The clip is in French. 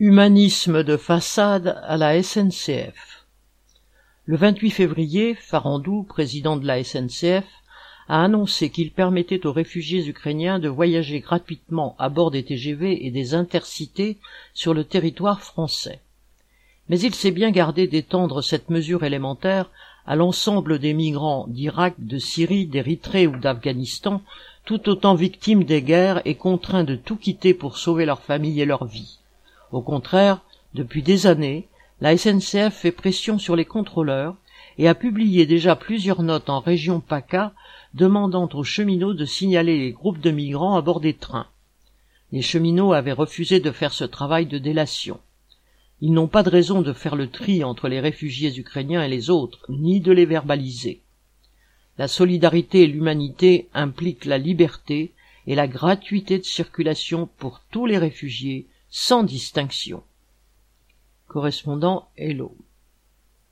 Humanisme de façade à la SNCF. Le 28 février, Farandou, président de la SNCF, a annoncé qu'il permettait aux réfugiés ukrainiens de voyager gratuitement à bord des TGV et des intercités sur le territoire français. Mais il s'est bien gardé d'étendre cette mesure élémentaire à l'ensemble des migrants d'Irak, de Syrie, d'Érythrée ou d'Afghanistan, tout autant victimes des guerres et contraints de tout quitter pour sauver leur famille et leur vie. Au contraire, depuis des années, la SNCF fait pression sur les contrôleurs et a publié déjà plusieurs notes en région PACA demandant aux cheminots de signaler les groupes de migrants à bord des trains. Les cheminots avaient refusé de faire ce travail de délation. Ils n'ont pas de raison de faire le tri entre les réfugiés ukrainiens et les autres, ni de les verbaliser. La solidarité et l'humanité impliquent la liberté et la gratuité de circulation pour tous les réfugiés, sans distinction. Correspondant Hello.